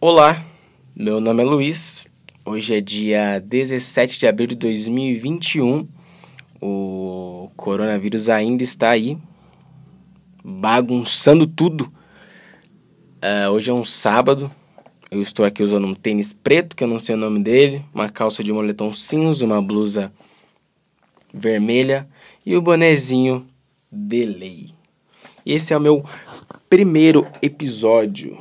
Olá, meu nome é Luiz. Hoje é dia 17 de abril de 2021. O coronavírus ainda está aí, bagunçando tudo. Hoje é um sábado. Eu estou aqui usando um tênis preto, que eu não sei o nome dele, uma calça de moletom cinza, uma blusa vermelha e o bonezinho Delay. Esse é o meu primeiro episódio.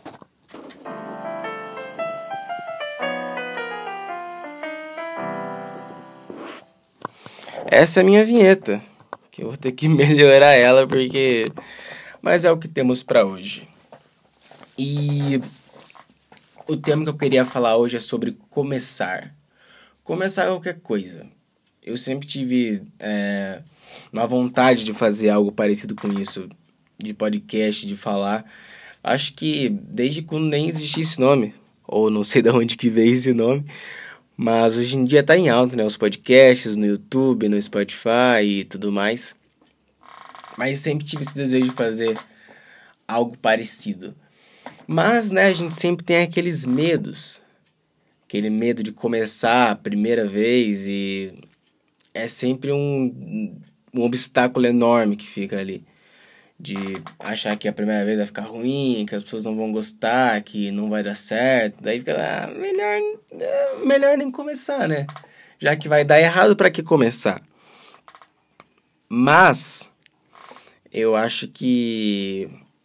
Essa é a minha vinheta, que eu vou ter que melhorar ela, mas é o que temos para hoje. E o tema que eu queria falar hoje é sobre começar. Começar qualquer coisa. Eu sempre tive uma vontade de fazer algo parecido com isso, de podcast, de falar. Acho que desde quando nem existia esse nome, ou não sei de onde que veio esse nome, mas hoje em dia tá em alta, né? Os podcasts no YouTube, no Spotify e tudo mais. Mas sempre tive esse desejo de fazer algo parecido. Mas, né, a gente sempre tem aqueles medos. Aquele medo de começar a primeira vez e é sempre um obstáculo enorme que fica ali. De achar que a primeira vez vai ficar ruim, que as pessoas não vão gostar, que não vai dar certo. Daí fica, melhor nem começar, né? Já que vai dar errado, pra que começar? Mas eu acho que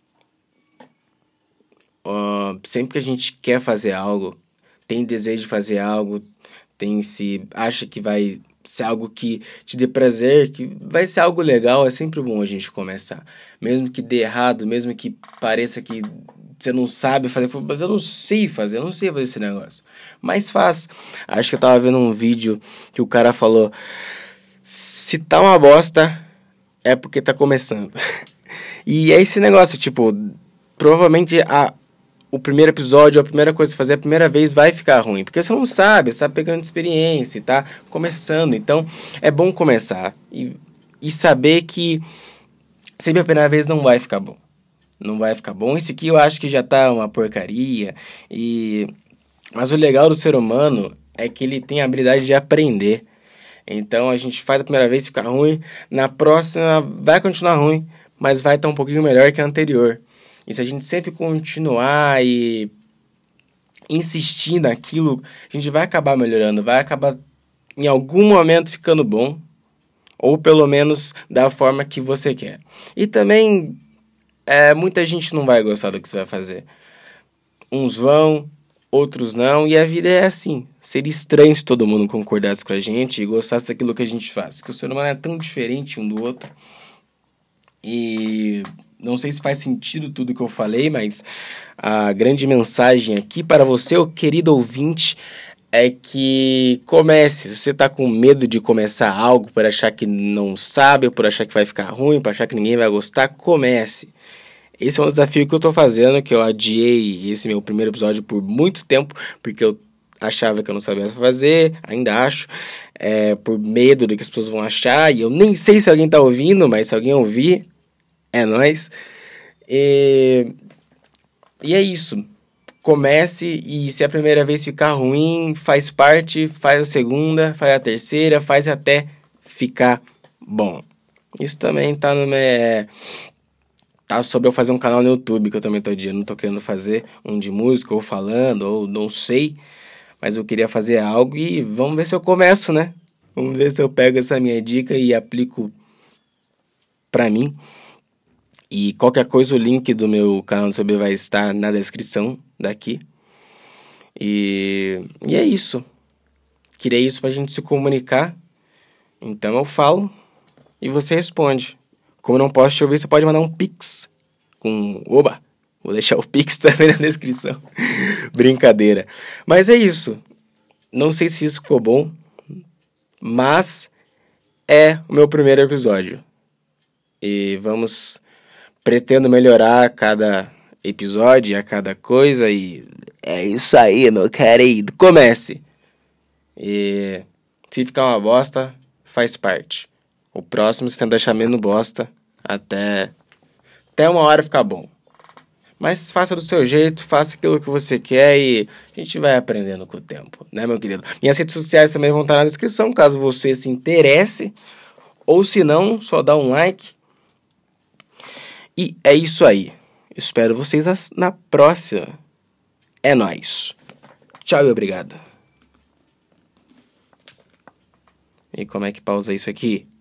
sempre que a gente quer fazer algo, tem desejo de fazer algo, acha que vai ser algo que te dê prazer, que vai ser algo legal, é sempre bom a gente começar. Mesmo que dê errado, mesmo que pareça que você não sabe fazer, mas eu não sei fazer esse negócio. Mas faz. Acho que eu tava vendo um vídeo que o cara falou, se tá uma bosta, é porque tá começando. E é esse negócio, tipo, provavelmente o primeiro episódio, a primeira coisa que fazer, a primeira vez vai ficar ruim. Porque você não sabe, você tá pegando experiência, tá começando. Então, é bom começar. E saber que sempre a primeira vez não vai ficar bom. Não vai ficar bom. Esse aqui eu acho que já tá uma porcaria. Mas o legal do ser humano é que ele tem a habilidade de aprender. Então, a gente faz a primeira vez ficar ruim. Na próxima vai continuar ruim, mas vai estar um pouquinho melhor que a anterior. E se a gente sempre continuar e insistir naquilo, a gente vai acabar melhorando, vai acabar em algum momento ficando bom, ou pelo menos da forma que você quer. E também, muita gente não vai gostar do que você vai fazer. Uns vão, outros não, e a vida é assim. Seria estranho se todo mundo concordasse com a gente e gostasse daquilo que a gente faz, porque o ser humano é tão diferente um do outro. E não sei se faz sentido tudo que eu falei, mas a grande mensagem aqui para você, ô querido ouvinte, é que comece. Se você está com medo de começar algo por achar que não sabe, por achar que vai ficar ruim, por achar que ninguém vai gostar, comece. Esse é um desafio que eu estou fazendo, que eu adiei esse meu primeiro episódio por muito tempo, porque eu achava que eu não sabia fazer, ainda acho, por medo do que as pessoas vão achar, e eu nem sei se alguém está ouvindo, mas se alguém ouvir, é nóis. E é isso. Comece e se a primeira vez ficar ruim, faz parte, faz a segunda, faz a terceira, faz até ficar bom. Isso também tá tá sobre eu fazer um canal no YouTube, que eu também não tô querendo fazer um de música ou falando, ou não sei, mas eu queria fazer algo e vamos ver se eu começo, né? Vamos ver se eu pego essa minha dica e aplico pra mim. E qualquer coisa, o link do meu canal no YouTube vai estar na descrição daqui. E é isso. Queria isso pra gente se comunicar. Então eu falo e você responde. Como eu não posso te ouvir, você pode mandar um pix Oba! Vou deixar o pix também na descrição. Brincadeira. Mas é isso. Não sei se isso ficou bom, mas é o meu primeiro episódio. E pretendo melhorar a cada episódio, a cada coisa, e é isso aí, meu querido. Comece! E se ficar uma bosta, faz parte. O próximo você tenta deixar menos bosta até uma hora ficar bom. Mas faça do seu jeito, faça aquilo que você quer e a gente vai aprendendo com o tempo, né, meu querido? Minhas redes sociais também vão estar na descrição, caso você se interesse. Ou se não, só dá um like. E é isso aí. Espero vocês na próxima. É nóis. Tchau e obrigado. E como é que pausa isso aqui?